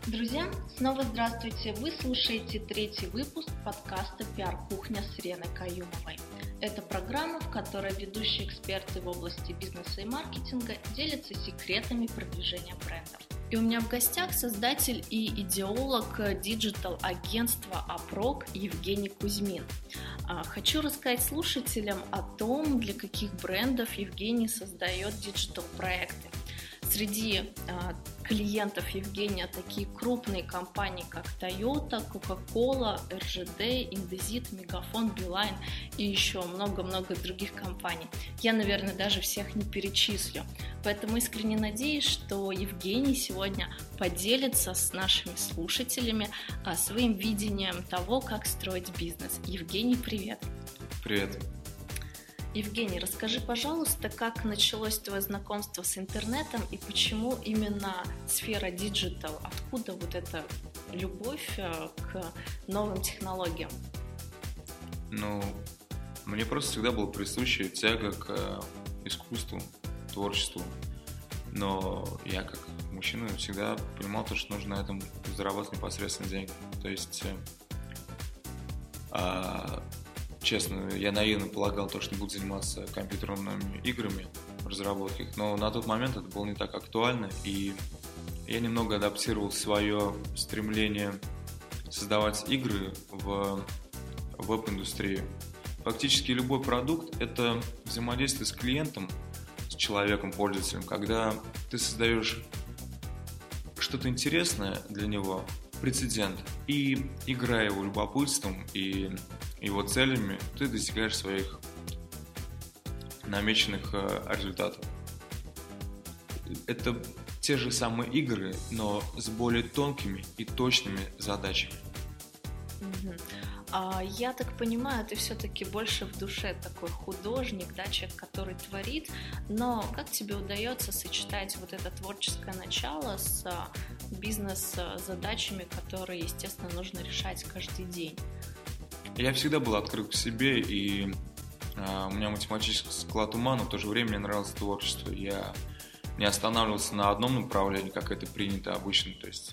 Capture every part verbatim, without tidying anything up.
Друзья, снова здравствуйте! Вы слушаете третий выпуск подкаста «Пиар-кухня» с Реной Каюмовой. Это программа, в которой ведущие эксперты в области бизнеса и маркетинга делятся секретами продвижения брендов. И у меня в гостях создатель и идеолог диджитал-агентства Апрок Евгений Кузьмин. Хочу рассказать слушателям о том, для каких брендов Евгений создает диджитал-проекты. Среди клиентов Евгения такие крупные компании, как Toyota, Coca-Cola, эр жэ дэ, Индезит, Мегафон, Билайн и еще много-много других компаний. Я, наверное, даже всех не перечислю. Поэтому искренне надеюсь, что Евгений сегодня поделится с нашими слушателями своим видением того, как строить бизнес. Евгений, привет! Привет! Евгений, расскажи, пожалуйста, как началось твое знакомство с интернетом и почему именно сфера диджитал? Откуда вот эта любовь к новым технологиям? Ну, мне просто всегда была присуща тяга к искусству, творчеству. Но я, как мужчина, всегда понимал, что нужно на этом зарабатывать непосредственно деньги. То есть... А... Честно, я наивно полагал, то, что буду заниматься компьютерными играми, разработкой, но на тот момент это было не так актуально, и я немного адаптировал свое стремление создавать игры в веб-индустрию. Фактически любой продукт – это взаимодействие с клиентом, с человеком, пользователем, когда ты создаешь что-то интересное для него, прецедент, и играя его любопытством и его целями, ты достигаешь своих намеченных результатов. Это те же самые игры, но с более тонкими и точными задачами. Угу. А, я так понимаю, ты все-таки больше в душе такой художник, да, человек, который творит, но как тебе удается сочетать вот это творческое начало с бизнес-задачами, которые, естественно, нужно решать каждый день? Я всегда был открыт к себе, и а, у меня математический склад ума, но в то же время мне нравилось творчество. Я не останавливался на одном направлении, как это принято обычно. То есть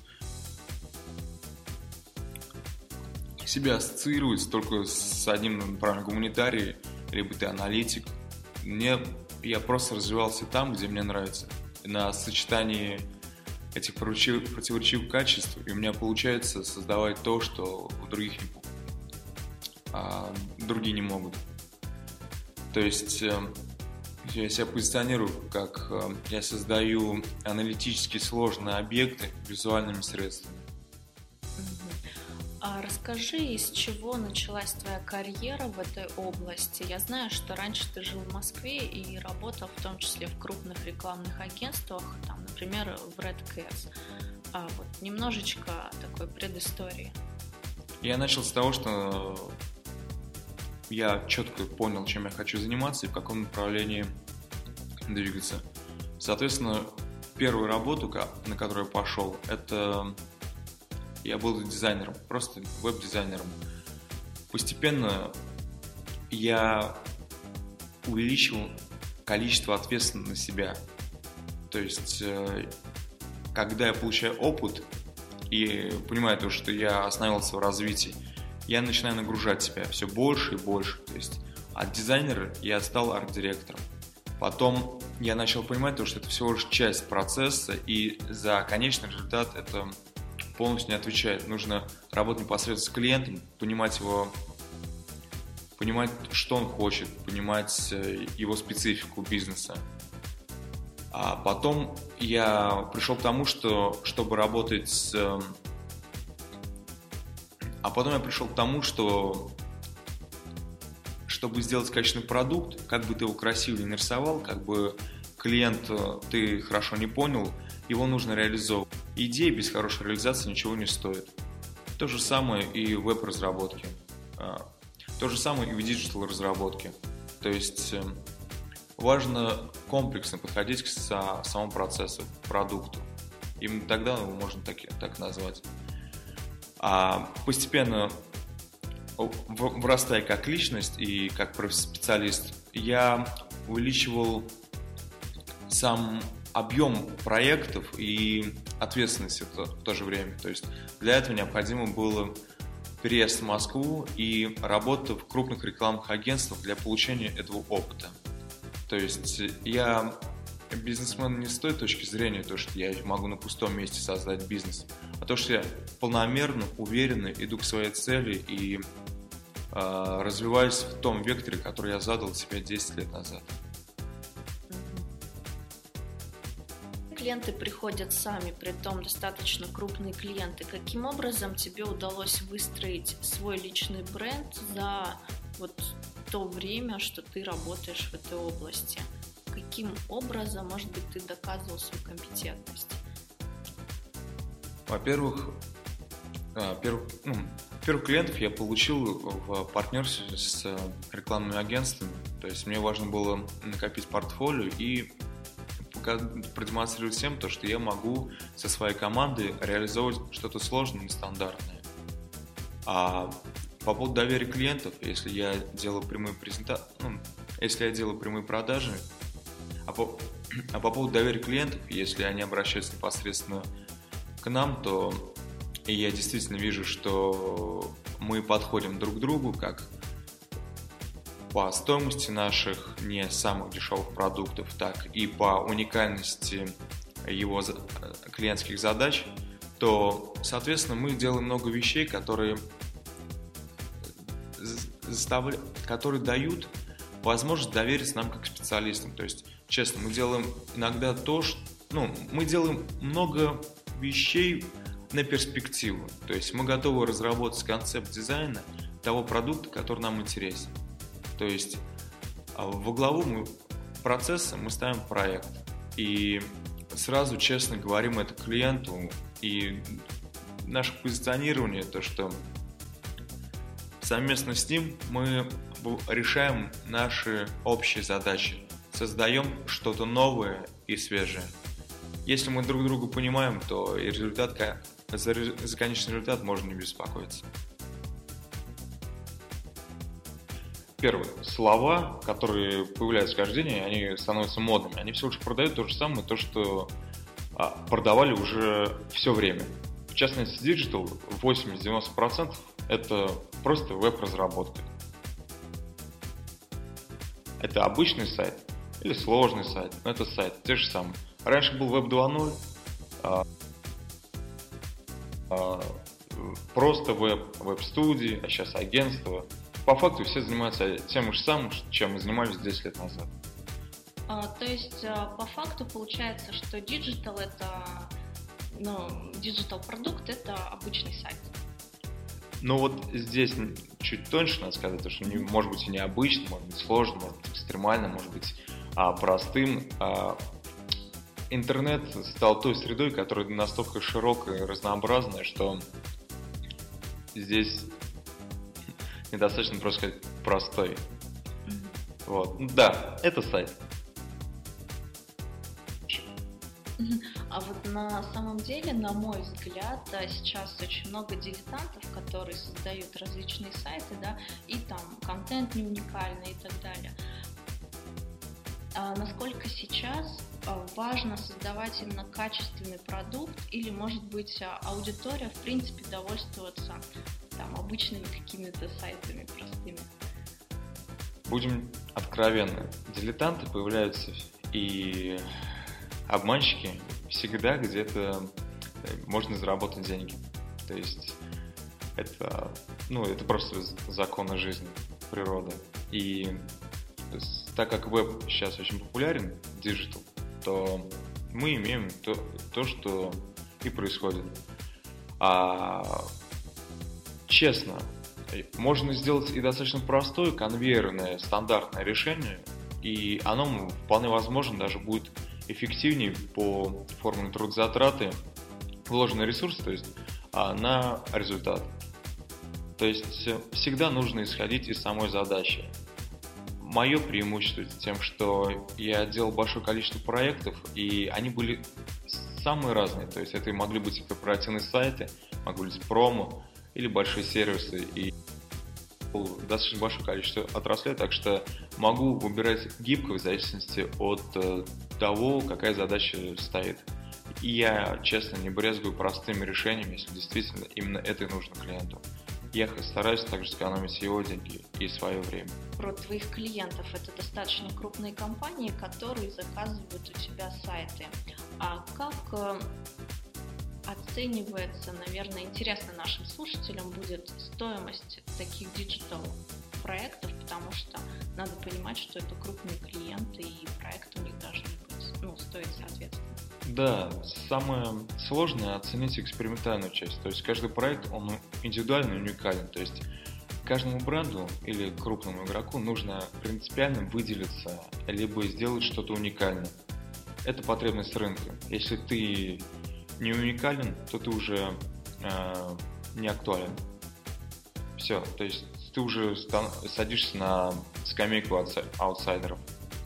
себя ассоциируется только с одним направлением, гуманитарий, либо ты аналитик. Мне, я просто развивался там, где мне нравится, на сочетании этих противоречивых качеств, и у меня получается создавать то, что у других не получается. А другие не могут. То есть я себя позиционирую как я создаю аналитически сложные объекты визуальными средствами. А расскажи, из чего началась твоя карьера в этой области? Я знаю, что раньше ты жил в Москве и работал в том числе в крупных рекламных агентствах, там, например, в Red Cats. А вот немножечко такой предыстории. Я начал с того, что я четко понял, чем я хочу заниматься и в каком направлении двигаться. Соответственно, первую работу, на которую я пошел, это я был дизайнером, просто веб-дизайнером. Постепенно я увеличил количество ответственности на себя. То есть, когда я получаю опыт и понимаю то, что я остановился в развитии, я начинаю нагружать себя все больше и больше. То есть от дизайнера я стал арт-директором. Потом я начал понимать, то, что это всего лишь часть процесса, и за конечный результат это полностью не отвечает. Нужно работать непосредственно с клиентом, понимать его, понимать, что он хочет, понимать его специфику бизнеса. А потом я пришел к тому, что чтобы работать с... А потом я пришел к тому, что чтобы сделать качественный продукт, как бы ты его красиво не нарисовал, как бы клиент ты хорошо не понял, его нужно реализовывать. Идея без хорошей реализации ничего не стоит. То же самое и в веб-разработке. То же самое и в диджитал-разработке. То есть важно комплексно подходить к самому процессу, к продукту. Именно тогда его можно так, так назвать. А постепенно, вырастая как личность и как специалист, я увеличивал сам объем проектов и ответственности в то, в то же время. То есть для этого необходимо было переезд в Москву и работа в крупных рекламных агентствах для получения этого опыта. То есть я бизнесмен не с той точки зрения, то, что я могу на пустом месте создать бизнес, а то, что я полномерно, уверенно иду к своей цели и э, развиваюсь в том векторе, который я задал себе десять лет назад. Клиенты приходят сами, при том достаточно крупные клиенты. Каким образом тебе удалось выстроить свой личный бренд за вот то время, что ты работаешь в этой области? Каким образом, может быть, ты доказывал свою компетентность? Во-первых, первых, ну, первых клиентов я получил в партнерстве с рекламными агентствами. То есть мне важно было накопить портфолио и продемонстрировать всем то, что я могу со своей командой реализовывать что-то сложное, нестандартное. А по поводу доверия клиентов, если я делаю прямые презентации, ну, если я делаю прямые продажи, а по, а по поводу доверия клиентов, если они обращаются непосредственно к нам, то и я действительно вижу, что мы подходим друг к другу, как по стоимости наших не самых дешевых продуктов, так и по уникальности его клиентских задач, то, соответственно, мы делаем много вещей, которые, заставля... которые дают возможность довериться нам как специалистам. То есть, честно, мы делаем иногда то, что... Ну, мы делаем много вещей на перспективу. То есть мы готовы разработать концепт дизайна того продукта, который нам интересен. То есть во главу мы, процесса мы ставим проект и сразу честно говорим это клиенту. И наше позиционирование, то что совместно с ним мы решаем наши общие задачи, создаем что-то новое и свежее. Если мы друг друга понимаем, то и результат, за, за конечный результат можно не беспокоиться. Первое. Слова, которые появляются каждый день, они становятся модными. Они всего лишь продают то же самое, то, что а, продавали уже все время. В частности, диджитал восемьдесят-девяносто процентов это просто веб-разработка. Это обычный сайт или сложный сайт, но это сайт, те же самые. Раньше был веб два ноль, а, а, просто веб, веб-студии, а сейчас агентство. По факту все занимаются тем же самым, чем мы занимались десять лет назад. А, то есть по факту получается, что диджитал это, ну, диджитал продукт это обычный сайт. Ну вот здесь чуть тоньше надо сказать, что не, может быть и необычно, может быть сложно, может быть экстремально, может быть а, простым. А, интернет стал той средой, которая настолько широкая и разнообразная, что здесь недостаточно просто сказать простой. Mm-hmm. Вот. Да, это сайт. А вот на самом деле, на мой взгляд, сейчас очень много дилетантов, которые создают различные сайты, да, и там контент не уникальный и так далее. А насколько сейчас важно создавать именно качественный продукт, или, может быть, аудитория, в принципе, довольствоваться там обычными какими-то сайтами простыми? Будем откровенны. Дилетанты появляются и обманщики всегда где-то можно заработать деньги. То есть это, ну, это просто законы жизни, природы. И есть, так как веб сейчас очень популярен, диджитал, то мы имеем то, то что и происходит. А честно, можно сделать и достаточно простое конвейерное стандартное решение, и оно вполне возможно даже будет эффективнее по формуле трудозатраты вложенный ресурс, то есть на результат. То есть всегда нужно исходить из самой задачи. Мое преимущество тем, что я делал большое количество проектов, и они были самые разные. То есть это могли быть и корпоративные сайты, могли быть промо или большие сервисы, и достаточно большое количество отраслей, так что могу выбирать гибко в зависимости от того, какая задача стоит. И я, честно, не брезгую простыми решениями, если действительно именно это и нужно клиенту. Я стараюсь также сэкономить его деньги и свое время. Про твоих клиентов. Это достаточно крупные компании, которые заказывают у тебя сайты. А как э, оценивается, наверное, интересно нашим слушателям будет стоимость таких диджитал проектов, потому что надо понимать, что это крупные клиенты, и проекты у них должны быть, ну, стоить соответственно. Да, самое сложное оценить экспериментальную часть. То есть каждый проект, он индивидуальный, уникален. То есть каждому бренду или крупному игроку нужно принципиально выделиться, либо сделать что-то уникальное. Это потребность рынка. Если ты не уникален, то ты уже э, не актуален. Все, то есть ты уже стан- садишься на скамейку аутсайдеров.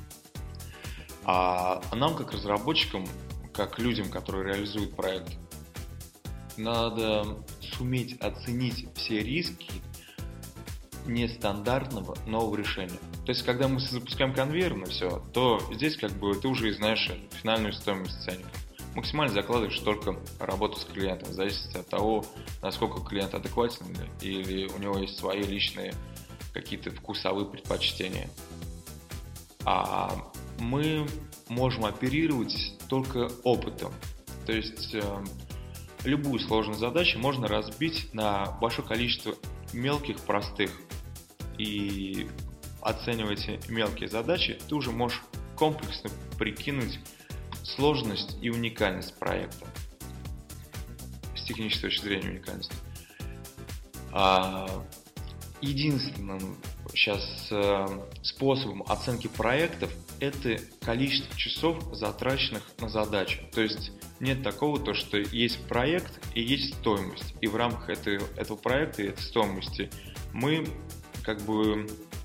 А нам, как разработчикам, как людям, которые реализуют проект, надо суметь оценить все риски нестандартного нового решения. То есть, когда мы запускаем конвейер на все, то здесь как бы ты уже знаешь финальную стоимость ценника. Максимально закладываешь только работу с клиентом, в зависимости от того, насколько клиент адекватен или у него есть свои личные какие-то вкусовые предпочтения. А мы можем оперировать только опытом. То есть э, любую сложную задачу можно разбить на большое количество мелких, простых. И оценивая эти мелкие задачи, ты уже можешь комплексно прикинуть сложность и уникальность проекта. С технической точки зрения уникальность. А единственным сейчас э, способом оценки проектов это количество часов, затраченных на задачу. То есть нет такого, то, что есть проект и есть стоимость. И в рамках этой, этого проекта и этой стоимости мы как бы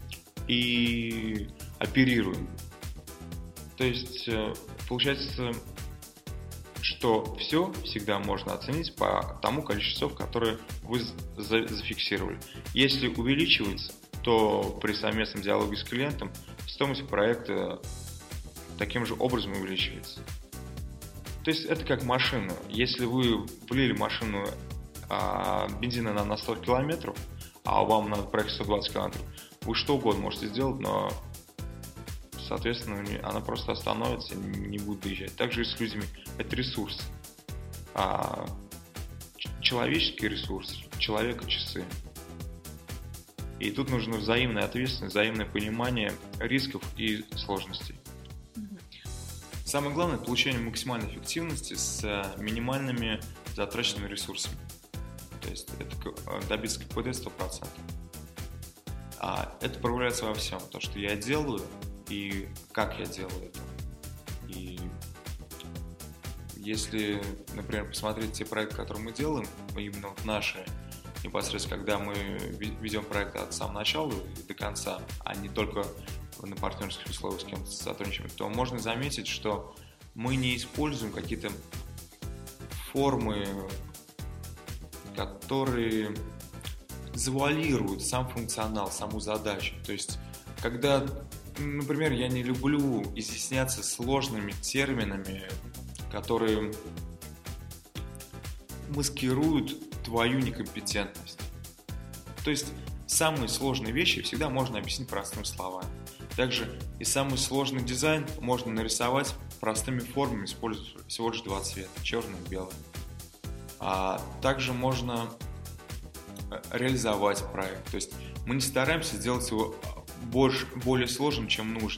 и оперируем. То есть получается, что все всегда можно оценить по тому количеству часов, которые вы зафиксировали. Если увеличивается, то при совместном диалоге с клиентом стоимость проекта таким же образом увеличивается. То есть это как машина. Если вы влили машину а, бензина на, на сто километров, а вам надо проехать сто двадцать километров, вы что угодно можете сделать, но соответственно она просто остановится и не будет доезжать. Также и с людьми. Это ресурс. А, человеческий ресурс, человека часы. И тут нужно взаимная ответственность, взаимное понимание рисков и сложностей. Mm-hmm. Самое главное – получение максимальной эффективности с минимальными затраченными ресурсами. То есть это добиться ка пэ дэ сто процентов. А это проявляется во всем. То, что я делаю и как я делаю это. И если, например, посмотреть те проекты, которые мы делаем, именно вот наши, непосредственно, когда мы ведем проект от самого начала и до конца, а не только на партнерских условиях с кем-то сотрудничаем, то можно заметить, что мы не используем какие-то формы, которые завуалируют сам функционал, саму задачу. То есть, когда, например, я не люблю изъясняться сложными терминами, которые маскируют твою некомпетентность. То есть самые сложные вещи всегда можно объяснить простыми словами. Также и самый сложный дизайн можно нарисовать простыми формами, используя всего лишь два цвета, черный и белый. А также можно реализовать проект. То есть мы не стараемся сделать его больше, более сложным, чем нужно.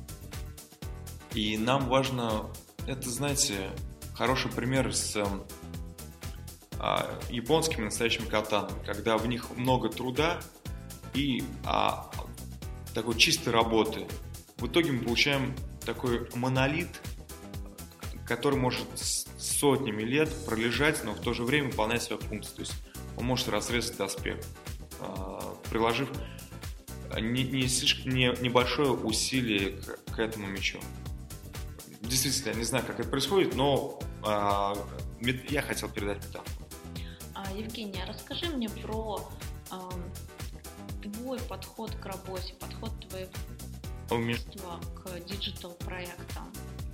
И нам важно, это, знаете, хороший пример с японскими настоящими катанами, когда в них много труда и а, такой чистой работы. В итоге мы получаем такой монолит, который может сотнями лет пролежать, но в то же время выполнять свою функцию. То есть он может разрезать доспех, а, приложив не, не слишком, не, небольшое усилие к, к этому мечу. Действительно, я не знаю, как это происходит, но а, я хотел передать метафору. Евгения, расскажи мне про э, твой подход к работе, подход твоего к диджитал проектам.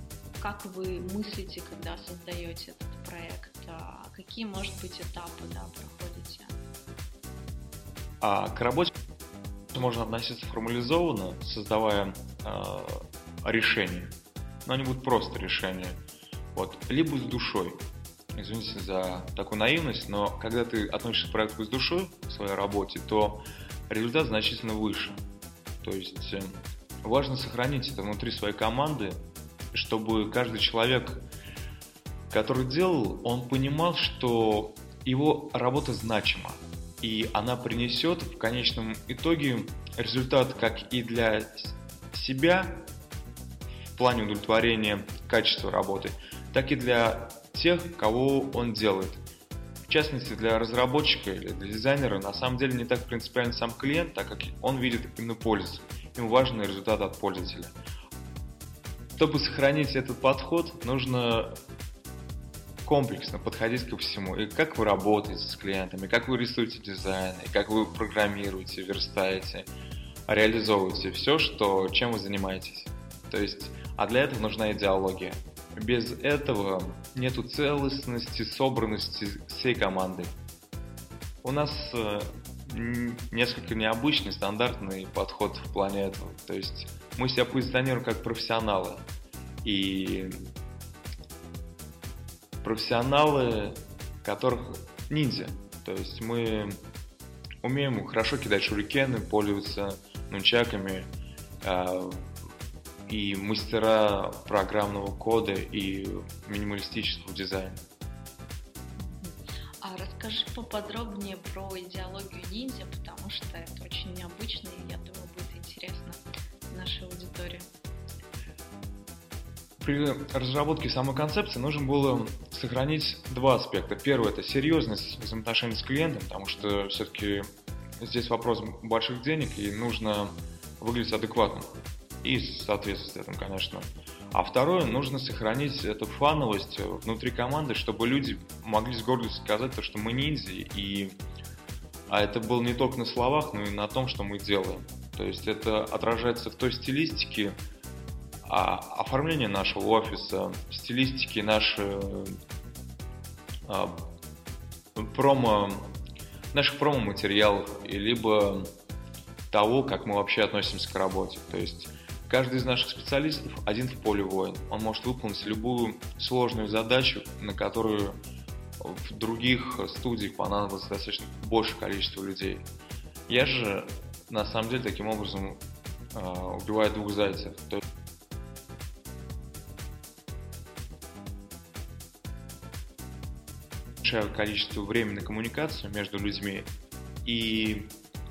как вы мыслите, когда создаете этот проект? Какие, может быть, этапы, да, проходите? А к работе можно относиться формализованно, создавая э, решения. Но они будут просто решения. Вот. Либо с душой. Извините за такую наивность, но когда ты относишься к проекту с душой в своей работе, то результат значительно выше. То есть э, важно сохранить это внутри своей команды, чтобы каждый человек, который делал, он понимал, что его работа значима. И она принесет в конечном итоге результат как и для себя в плане удовлетворения качества работы, так и для тех, кого он делает. В частности, для разработчика или для дизайнера на самом деле не так принципиален сам клиент, так как он видит именно пользу. Ему важен результат от пользователя. Чтобы сохранить этот подход, нужно комплексно подходить ко всему. И как вы работаете с клиентами, как вы рисуете дизайн, и как вы программируете, верстаете, реализовываете все, что, чем вы занимаетесь. То есть, а для этого нужна идеология. Без этого нету целостности, собранности всей команды. У нас э, несколько необычный, стандартный подход в плане этого. То есть мы себя позиционируем как профессионалы. И профессионалы, которых ниндзя. То есть мы умеем хорошо кидать шурикены, пользоваться нунчаками, э, и мастера программного кода и минималистического дизайна. А расскажи поподробнее про идеологию ниндзя, потому что это очень необычно, и я думаю, будет интересно нашей аудитории. При разработке самой концепции нужно было сохранить два аспекта. Первый – это серьезность взаимоотношений с клиентом, потому что все-таки здесь вопрос больших денег, и нужно выглядеть адекватно. И соответствовать этому, конечно. А второе, нужно сохранить эту фановость внутри команды, чтобы люди могли с гордостью сказать, то, что мы ниндзя, и а это было не только на словах, но и на том, что мы делаем. То есть это отражается в той стилистике а, оформления нашего офиса, в стилистике нашей а, промо, наших промо-материалов, и либо того, как мы вообще относимся к работе. То есть каждый из наших специалистов один в поле воин. Он может выполнить любую сложную задачу, на которую в других студиях понадобилось достаточно большее количество людей. Я же, на самом деле, таким образом убиваю двух зайцев. То есть большое количество времени на коммуникацию между людьми и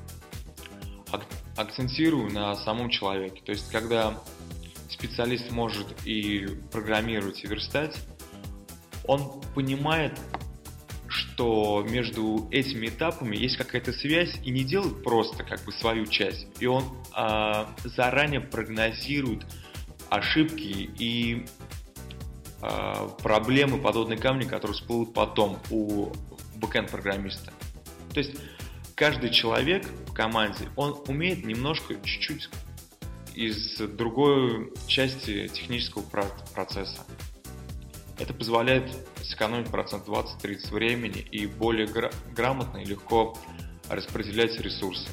акцентирую на самом человеке. То есть, когда специалист может и программировать, и верстать, он понимает, что между этими этапами есть какая-то связь, и не делает просто как бы свою часть. И он а, заранее прогнозирует ошибки и а, проблемы, подводные камни, которые всплывут потом у бэкэнд-программиста. То есть каждый человек в команде, он умеет немножко, чуть-чуть из другой части технического процесса. Это позволяет сэкономить процент двадцать-тридцать времени и более гра- грамотно и легко распределять ресурсы.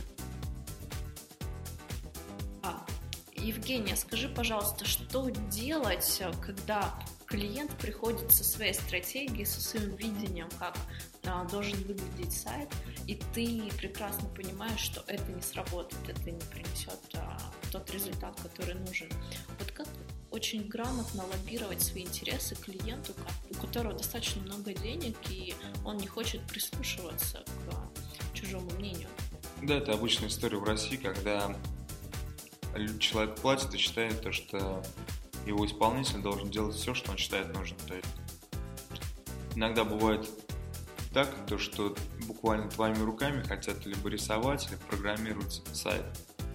А, Евгения, скажи, пожалуйста, что делать, когда клиент приходит со своей стратегией, со своим видением, как а, должен выглядеть сайт, и ты прекрасно понимаешь, что это не сработает, это не принесет а, тот результат, который нужен. Вот как очень грамотно лоббировать свои интересы клиенту, у которого достаточно много денег, и он не хочет прислушиваться к чужому мнению? Да, это обычная история в России, когда человек платит и считает, то, что его исполнитель должен делать все, что он считает нужным. То есть иногда бывает так, то, что буквально твоими руками хотят либо рисовать, либо программировать сайт.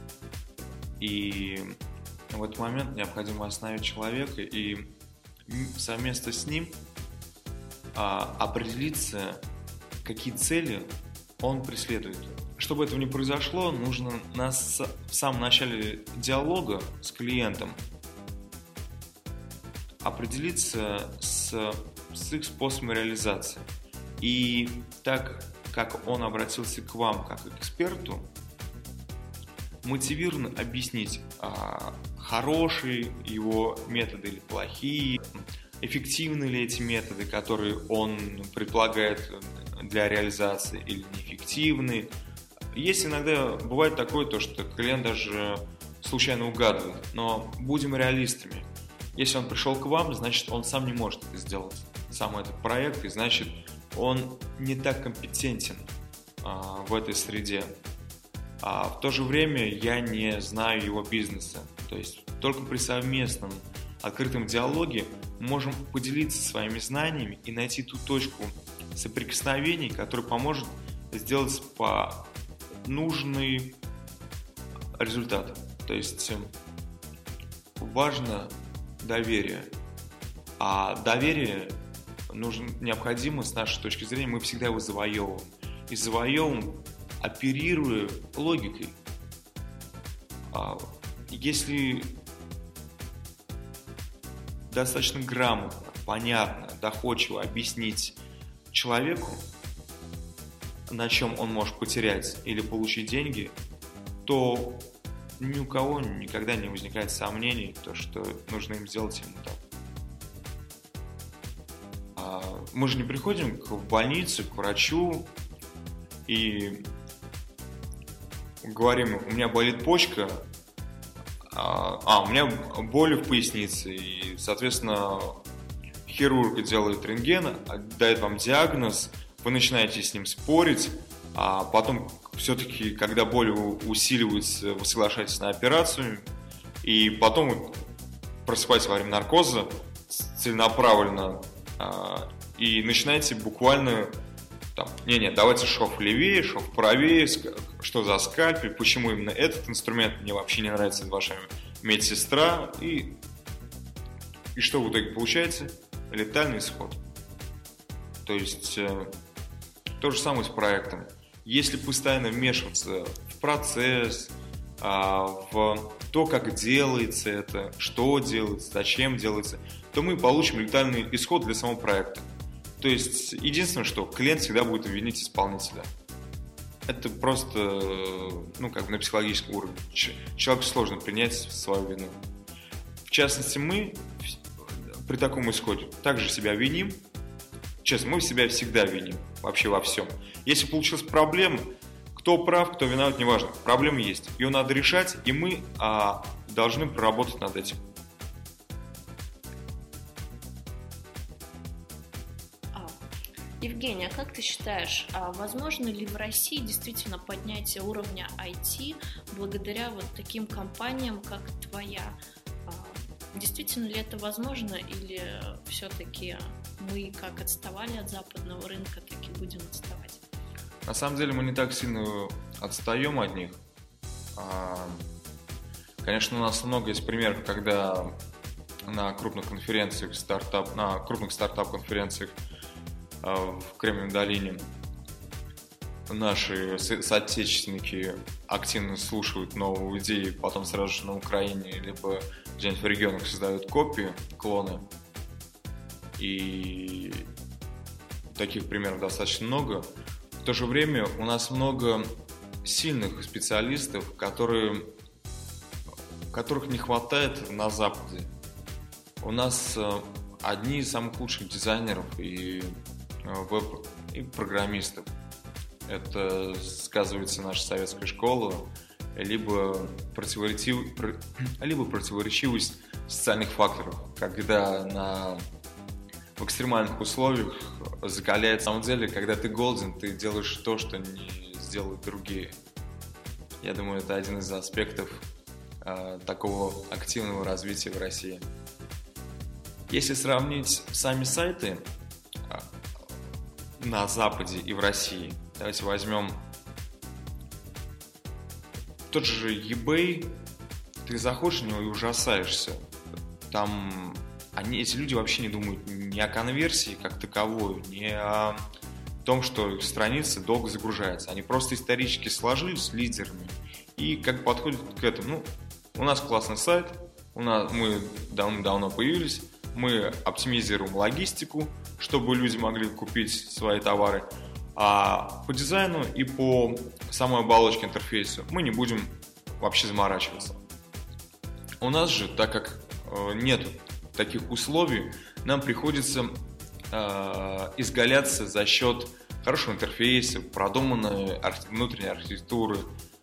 И в этот момент необходимо остановить человека и совместно с ним а, определиться, какие цели он преследует. Чтобы этого не произошло, нужно на, в самом начале диалога с клиентом определиться с, с их способом реализации. И так как он обратился к вам как к эксперту, мотивированно объяснить, а, хорошие его методы или плохие, эффективны ли эти методы, которые он предлагает для реализации, или неэффективны. Есть иногда, бывает такое, то, что клиент даже случайно угадывает, но будем реалистами. Если он пришел к вам, значит, он сам не может это сделать, сам этот проект, и значит, он не так компетентен а, в этой среде. А в то же время я не знаю его бизнеса. То есть только при совместном открытом диалоге мы можем поделиться своими знаниями и найти ту точку соприкосновений, которая поможет сделать по нужный результат. То есть важно доверие. А доверие нужно, необходимо с нашей точки зрения, мы всегда его завоевываем. И завоевываем, оперируя логикой. Если достаточно грамотно, понятно, доходчиво объяснить человеку, на чем он может потерять или получить деньги, то ни у кого никогда не возникает сомнений, то, что нужно им сделать именно так. Мы же не приходим в больницу, к врачу и говорим: у меня болит почка, а, у меня боли в пояснице, и, соответственно, хирург делает рентген, дает вам диагноз, вы начинаете с ним спорить, а потом все-таки, когда боли усиливаются, вы соглашаетесь на операцию, и потом вы просыпаетесь во время наркоза целенаправленно и начинаете буквально там: не-не, давайте шов левее, шов правее, что за скальпель, почему именно этот инструмент, мне вообще не нравится, это ваша медсестра, и, и что в итоге получается? Летальный исход. То есть э, то же самое с проектом. Если постоянно вмешиваться в процесс, э, в то, как делается это, что делается, зачем делается, то мы получим летальный исход для самого проекта. То есть единственное, что клиент всегда будет винить исполнителя. Это просто, ну, как бы на психологическом уровне. Человеку сложно принять свою вину. В частности, мы при таком исходе также себя виним. Честно, мы себя всегда виним, вообще во всем. Если получилась проблема, кто прав, кто виноват, неважно. Проблема есть, ее надо решать, и мы а, должны проработать над этим. Евгений, а как ты считаешь, а возможно ли в России действительно поднятие уровня ай ти благодаря вот таким компаниям, как твоя? Действительно ли это возможно, или все-таки мы как отставали от западного рынка, так и будем отставать? На самом деле мы не так сильно отстаем от них. Конечно, у нас много есть примеров, когда на крупных конференциях, стартап, на крупных стартап-конференциях в Кремниевой долине наши соотечественники активно слушают новые идеи, потом сразу же на Украине либо где-нибудь в регионах создают копии, клоны. И таких примеров достаточно много. В то же время у нас много сильных специалистов, которые, которых не хватает на Западе. У нас одни из самых лучших дизайнеров и веб- и программистов. Это сказывается наша советская школа, либо, противоречив... либо противоречивость социальных факторов, когда на... в экстремальных условиях закаляется. На самом деле, когда ты голден, ты делаешь то, что не сделают другие. Я думаю, это один из аспектов э, такого активного развития в России. Если сравнить сами сайты на Западе и в России, давайте возьмем тот же eBay, ты заходишь на него и ужасаешься. Там они, эти люди вообще не думают ни о конверсии как таковой, ни о том, что их страница долго загружается. Они просто исторически сложились с лидерами и как подходят к этому. Ну, у нас классный сайт, у нас, мы давно-давно появились, мы оптимизируем логистику, чтобы люди могли купить свои товары. А по дизайну и по самой оболочке интерфейса мы не будем вообще заморачиваться. У нас же, так как э, нет таких условий, нам приходится э, изгаляться за счет хорошего интерфейса, продуманной архи- внутренней архитектуры.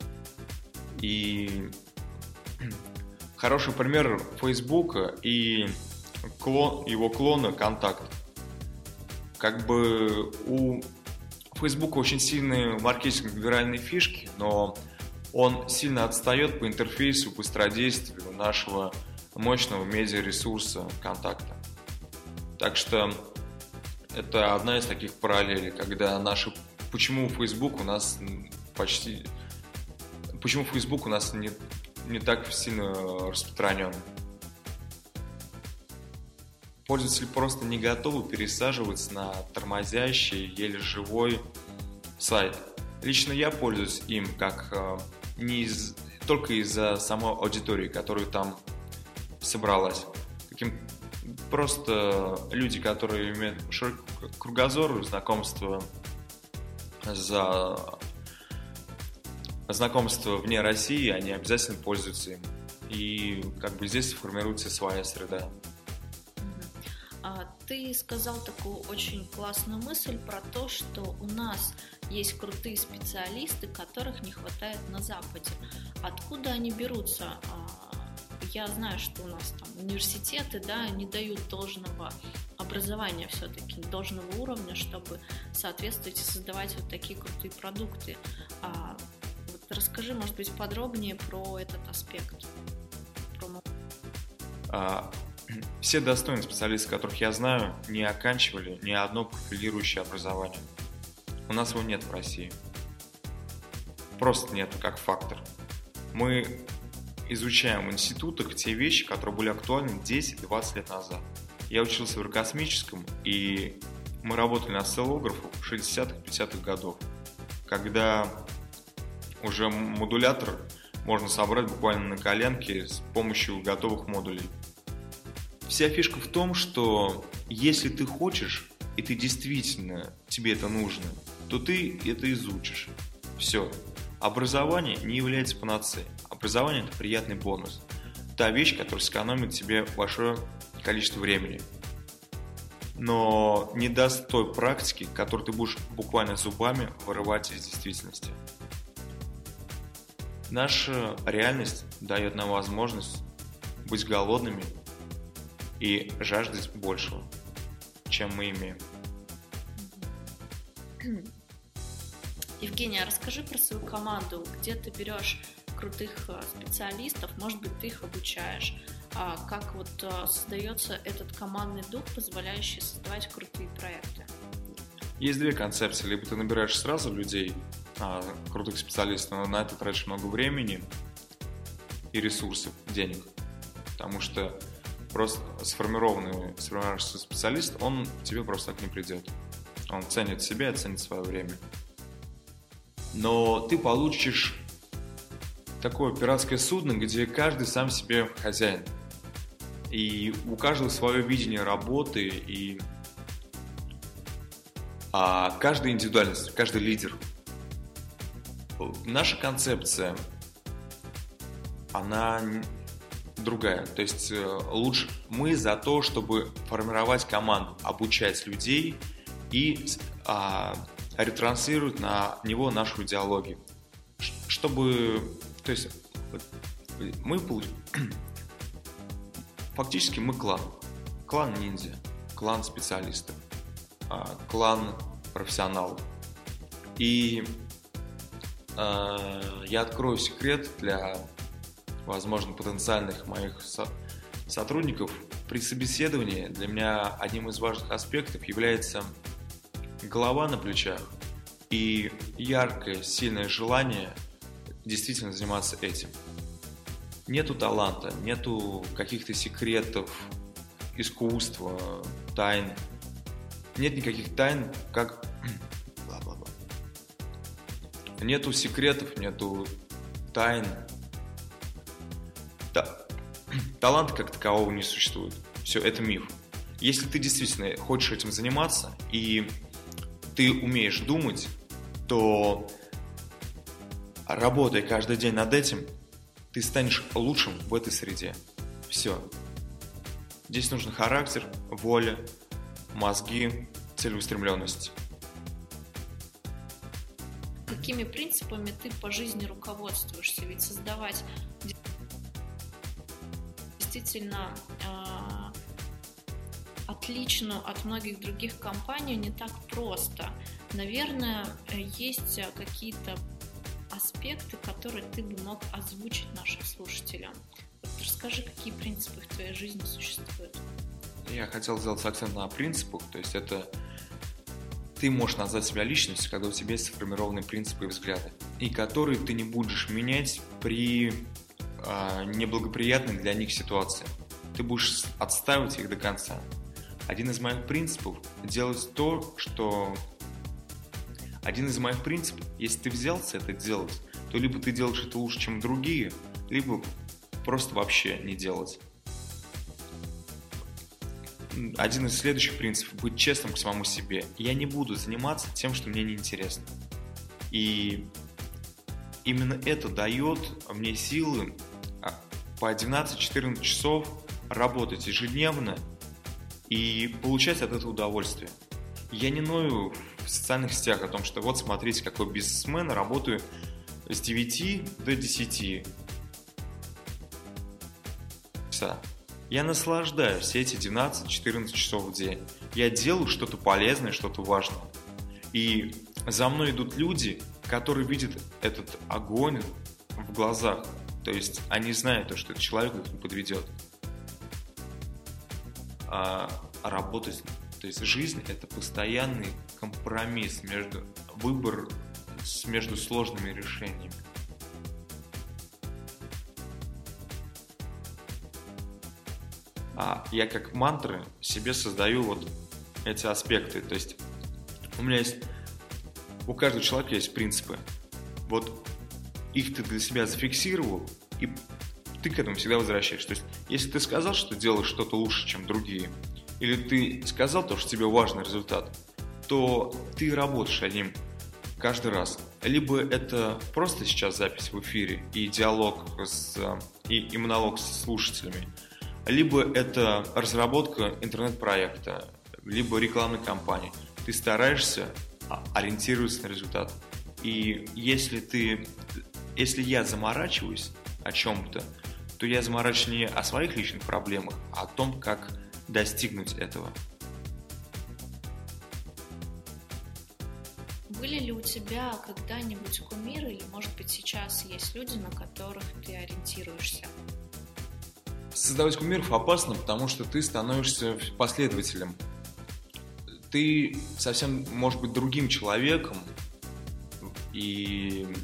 И хороший пример Фейсбука и клон, его клона Контакт. Как бы у Фейсбука очень сильные маркетинг-виральные фишки, но он сильно отстает по интерфейсу, быстродействию нашего мощного медиаресурса Контакта. Так что это одна из таких параллелей, когда наши... Почему Facebook у нас почти... Почему Facebook у нас не, не так сильно распространен? Пользователи просто не готовы пересаживаться на тормозящий, еле живой сайт. Лично я пользуюсь им как э, не из, только из-за самой аудитории, которая там собралась. Таким, просто люди, которые имеют широкий кругозор, знакомство за знакомство вне России, они обязательно пользуются им. И как бы здесь формируется своя среда. Ты сказал такую очень классную мысль про то, что у нас есть крутые специалисты, которых не хватает на Западе. Откуда они берутся? Я знаю, что у нас там университеты, да, не дают должного образования все-таки, должного уровня, чтобы соответствовать и создавать вот такие крутые продукты. А, вот расскажи, может быть, подробнее про этот аспект. Про... А... Все достойные специалисты, которых я знаю, не оканчивали ни одно профилирующее образование. У нас его нет в России. Просто нету, как фактор. Мы изучаем в институтах те вещи, которые были актуальны десять-двадцать лет назад. Я учился в аэрокосмическом, и мы работали на осциллографах шестидесятых-пятидесятых годов, когда уже модулятор можно собрать буквально на коленке с помощью готовых модулей. Вся фишка в том, что если ты хочешь, и ты действительно, тебе это нужно, то ты это изучишь. Все. Образование не является панацеей. Образование – это приятный бонус. Та вещь, которая сэкономит тебе большое количество времени. Но не даст той практики, которую ты будешь буквально зубами вырывать из действительности. Наша реальность дает нам возможность быть голодными и жаждать большего, чем мы имеем. Евгений, а расскажи про свою команду. Где ты берешь крутых специалистов? Может быть, ты их обучаешь? А как вот создается этот командный дух, позволяющий создавать крутые проекты? Есть две концепции. Либо ты набираешь сразу людей, крутых специалистов, но на это тратишь много времени и ресурсов, денег. Потому что просто сформированный, сформировавшийся специалист, он к тебе просто так не придет. Он ценит себя, ценит свое время. Но ты получишь такое пиратское судно, где каждый сам себе хозяин. И у каждого свое видение работы, и а каждая индивидуальность, каждый лидер. Наша концепция, она другая. То есть лучше мы за то, чтобы формировать команду, обучать людей и а, ретранслировать на него нашу идеологию. Чтобы, то есть мы фактически мы клан. Клан ниндзя, клан специалистов, клан профессионалов. И э, я открою секрет для, возможно, потенциальных моих со- сотрудников. При собеседовании для меня одним из важных аспектов является голова на плечах и яркое, сильное желание действительно заниматься этим. Нету таланта, нету каких-то секретов, искусства, тайн. Нет никаких тайн, как... Бла-бла-бла. Нету секретов, нету тайн. Та... Таланта как такового не существует. Все, это миф. если ты действительно хочешь этим заниматься и ты умеешь думать, то, работая каждый день над этим, ты станешь лучшим в этой среде. Все. Здесь нужен характер, воля, мозги, целеустремленность. Какими принципами ты по жизни руководствуешься? Ведь создавать действительно э, отличную от многих других компаний не так просто. Наверное, есть какие-то аспекты, которые ты бы мог озвучить нашим слушателям. Вот расскажи, какие принципы в твоей жизни существуют. Я хотел сделать акцент на принципах, то есть это ты можешь назвать себя личностью, когда у тебя есть сформированные принципы и взгляды, и которые ты не будешь менять при э, неблагоприятной для них ситуации. Ты будешь отстаивать их до конца. Один из моих принципов – делать то, что… Один из моих принципов – если ты взялся это делать, то либо ты делаешь это лучше, чем другие, либо просто вообще не делать. Один из следующих принципов – быть честным к самому себе. Я не буду заниматься тем, что мне неинтересно. И именно это дает мне силы по двенадцать-четырнадцать часов работать ежедневно и получать от этого удовольствие. Я не ною в социальных сетях о том, что вот смотрите, какой бизнесмен, работаю с девяти до десяти. Все. Я наслаждаюсь все эти двенадцать-четырнадцать часов в день. Я делаю что-то полезное, что-то важное. И за мной идут люди, которые видят этот огонь в глазах. То есть они знают, что этот человек их не подведет. А работать, то есть жизнь – это постоянный компромисс между выбор между сложными решениями. А я как мантры себе создаю вот эти аспекты. То есть у меня есть, у каждого человека есть принципы. Вот их ты для себя зафиксировал, и ты к этому всегда возвращаешься. То есть если ты сказал, что делаешь что-то лучше, чем другие, или ты сказал то, что тебе важный результат, то ты работаешь над ним каждый раз. Либо это просто сейчас запись в эфире и диалог с, и, и монолог с слушателями, либо это разработка интернет-проекта, либо рекламной кампании. Ты стараешься ориентироваться на результат. И если ты, если я заморачиваюсь о чем-то, то я заморачиваюсь не о своих личных проблемах, а о том, как достигнуть этого. Были ли у тебя когда-нибудь кумиры, или, может быть, сейчас есть люди, на которых ты ориентируешься? Создавать кумиров опасно, потому что ты становишься последователем. Ты совсем, может быть, другим человеком, и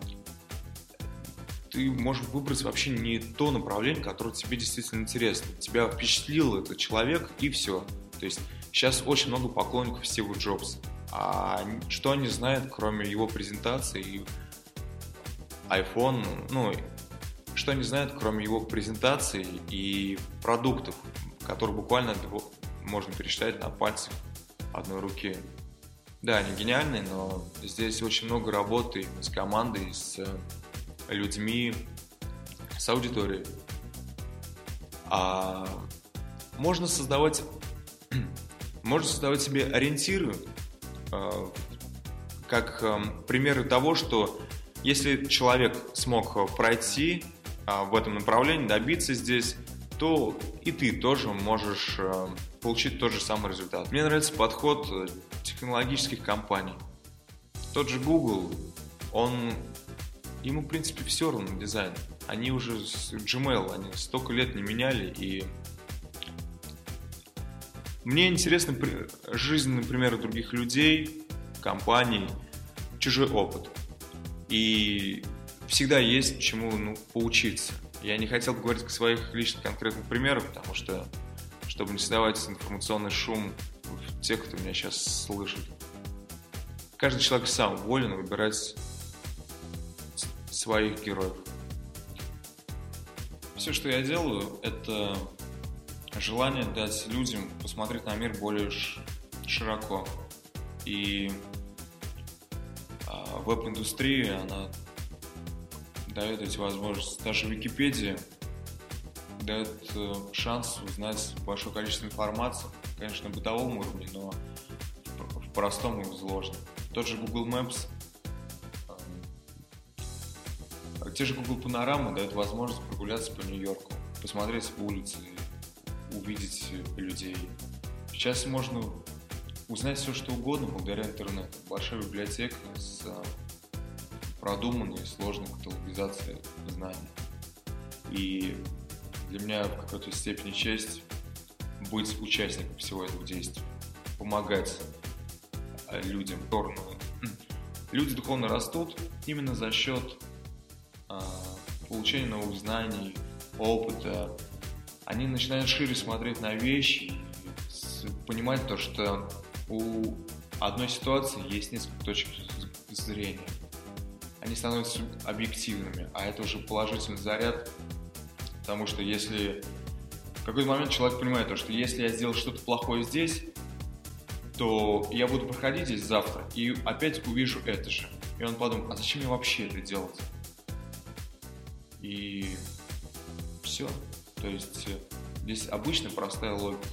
ты можешь выбрать вообще не то направление, которое тебе действительно интересно. Тебя впечатлил этот человек, и все. То есть сейчас очень много поклонников Стива Джобса. А что они знают, кроме его презентации и iPhone, ну, что они знают, кроме его презентации и продуктов, которые буквально можно пересчитать на пальцах одной руки. Да, они гениальные, но здесь очень много работы с командой, с людьми, с аудиторией. А можно создавать, можно создавать себе ориентиры, как примеры того, что если человек смог пройти в этом направлении, добиться здесь, то и ты тоже можешь получить тот же самый результат. Мне нравится подход технологических компаний. Тот же Google, он, ему в принципе все равно на дизайн. Они уже с Gmail, они столько лет не меняли, и мне интересны жизненные примеры других людей, компаний, чужой опыт. И всегда есть чему ну, поучиться. Я не хотел говорить о своих личных конкретных примерах, потому что, чтобы не создавать информационный шум в тех, кто меня сейчас слышит. Каждый человек сам волен выбирать своих героев. Все, что я делаю, это желание дать людям посмотреть на мир более широко. И веб-индустрия, она дает эти возможности. Даже Википедия дает шанс узнать большое количество информации, конечно, на бытовом уровне, но в простом и в сложном. Тот же Google Maps, те же Google Панорамы дают возможность прогуляться по Нью-Йорку, посмотреть улицы, увидеть людей. Сейчас можно узнать все, что угодно благодаря интернету. Большая библиотека с продуманной, сложной каталогизацией знаний. И для меня в какой-то степени честь быть участником всего этого действия, помогать людям. Люди духовно растут именно за счет получения новых знаний, опыта. Они начинают шире смотреть на вещи и понимать то, что у одной ситуации есть несколько точек зрения. Они становятся объективными, а это уже положительный заряд, потому что если в какой-то момент человек понимает то, что если я сделал что-то плохое здесь, то я буду проходить здесь завтра и опять увижу это же. И он подумает, а зачем мне вообще это делать? И все. То есть здесь обычная простая логика.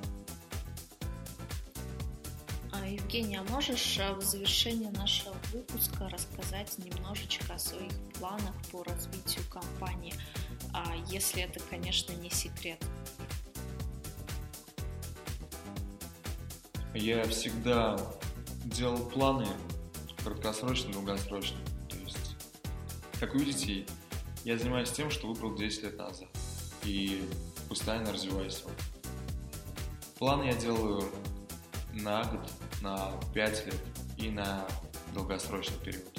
Евгений, а можешь в завершении нашего выпуска рассказать немножечко о своих планах по развитию компании, если это, конечно, не секрет? Я всегда делал планы краткосрочные, долгосрочные. То есть, как вы видите, я занимаюсь тем, что выбрал десять лет назад и постоянно развиваюсь. Планы я делаю на год, на пять лет и на долгосрочный период.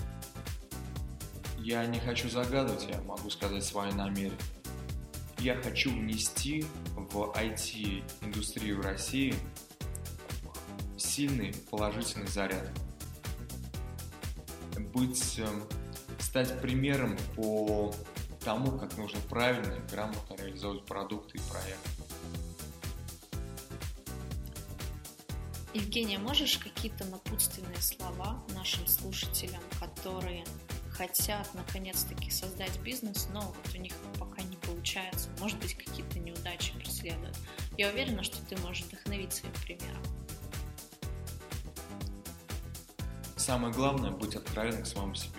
Я не хочу загадывать, я могу сказать свои намерения. Я хочу внести в ай ти-индустрию России сильный положительный заряд. Быть, стать примером по тому, как нужно правильно и грамотно реализовывать продукты и проекты. Евгения, можешь какие-то напутственные слова нашим слушателям, которые хотят наконец-таки создать бизнес, но вот у них пока не получается, может быть, какие-то неудачи преследуют? Я уверена, что ты можешь вдохновить своим примером. Самое главное — быть откровенным к самому себе.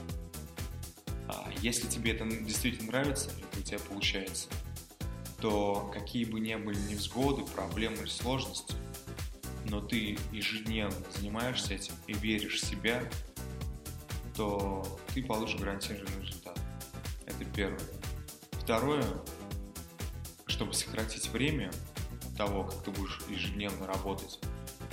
Если тебе это действительно нравится, это у тебя получается, то какие бы ни были невзгоды, проблемы или сложности, но ты ежедневно занимаешься этим и веришь в себя, то ты получишь гарантированный результат. Это первое. Второе, чтобы сократить время того, как ты будешь ежедневно работать,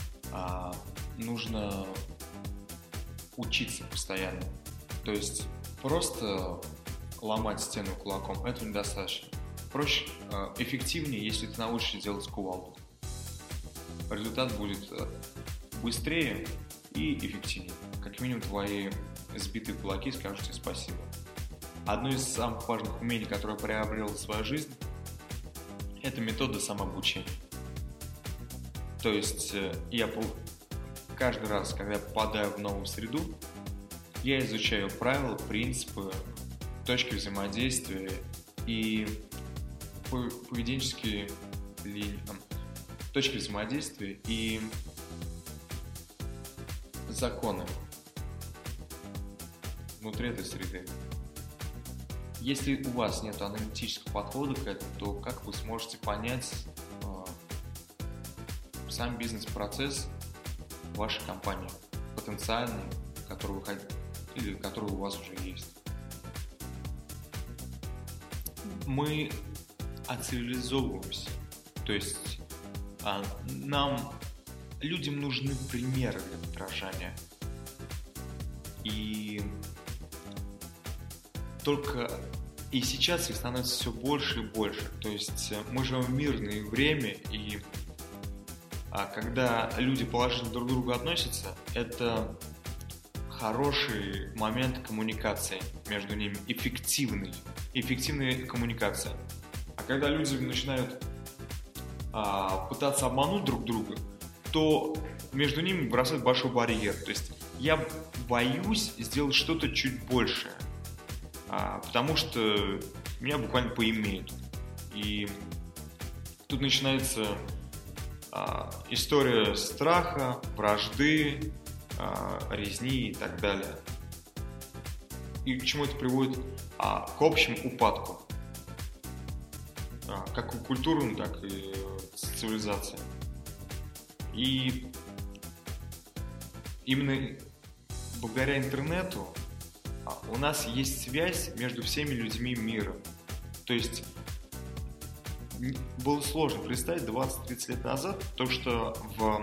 нужно учиться постоянно. То есть просто ломать стену кулаком — этого недостаточно. Проще, эффективнее, если ты научишься делать кувалду. Результат будет быстрее и эффективнее. Как минимум твои сбитые кулаки скажут тебе спасибо. Одно из самых важных умений, которое я приобрел в свою жизнь, это метода самообучения. То есть я каждый раз, когда я попадаю в новую среду, я изучаю правила, принципы, точки взаимодействия и поведенческие линии, точки взаимодействия и законы внутри этой среды. Если у вас нет аналитического подхода к этому, то как вы сможете понять э, сам бизнес-процесс вашей компании, потенциальный, который вы хотите, или который у вас уже есть? Мы оцивилизовываемся, то есть а, нам, людям нужны примеры для подражания. И только и сейчас их становится все больше и больше. То есть мы живем в мирное время, и а, когда люди положительно друг к другу относятся, это хороший момент коммуникации между ними, эффективный, эффективная коммуникация. А когда люди начинают а, пытаться обмануть друг друга, то между ними бросает большой барьер. То есть я боюсь сделать что-то чуть большее, а, потому что меня буквально поимеют. И тут начинается а, история страха, вражды, а, резни и так далее. И к чему это приводит? А, к общему упадку. А, как у культуры, так и цивилизации. И именно благодаря интернету у нас есть связь между всеми людьми мира. То есть было сложно представить двадцать-тридцать лет назад то, что, в,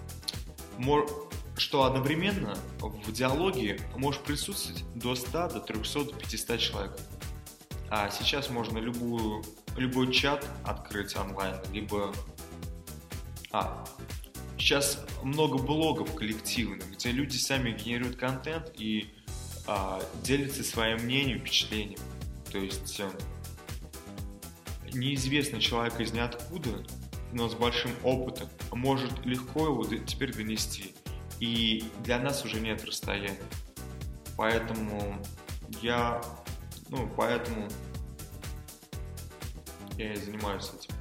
что одновременно в диалоге может присутствовать до ста, до трехсот, до пятисот человек. А сейчас можно любую, любой чат открыть онлайн, либо... А, сейчас много блогов коллективных, где люди сами генерируют контент и а, делятся своим мнением, впечатлением. То есть а, неизвестный человек из ниоткуда, но с большим опытом, может легко его теперь донести. И для нас уже нет расстояния. Поэтому я... Ну, поэтому я и занимаюсь этим.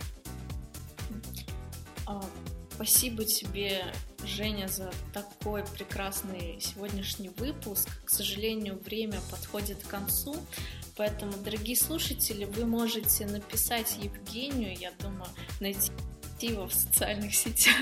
Спасибо тебе, Женя, за такой прекрасный сегодняшний выпуск. К сожалению, время подходит к концу, поэтому, дорогие слушатели, вы можете написать Евгению, я думаю, найти его в социальных сетях.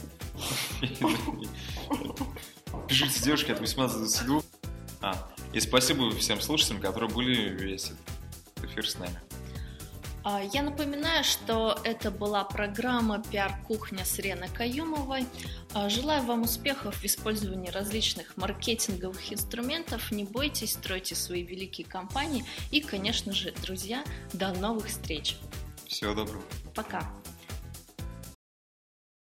Пишите девушки от восемнадцати до двадцати двух. А, и спасибо всем слушателям, которые были весь этот эфир с нами. Я напоминаю, что это была программа «Пиар-кухня» с Реной Каюмовой. Желаю вам успехов в использовании различных маркетинговых инструментов. Не бойтесь, стройте свои великие компании. И, конечно же, друзья, до новых встреч. Всего доброго. Пока.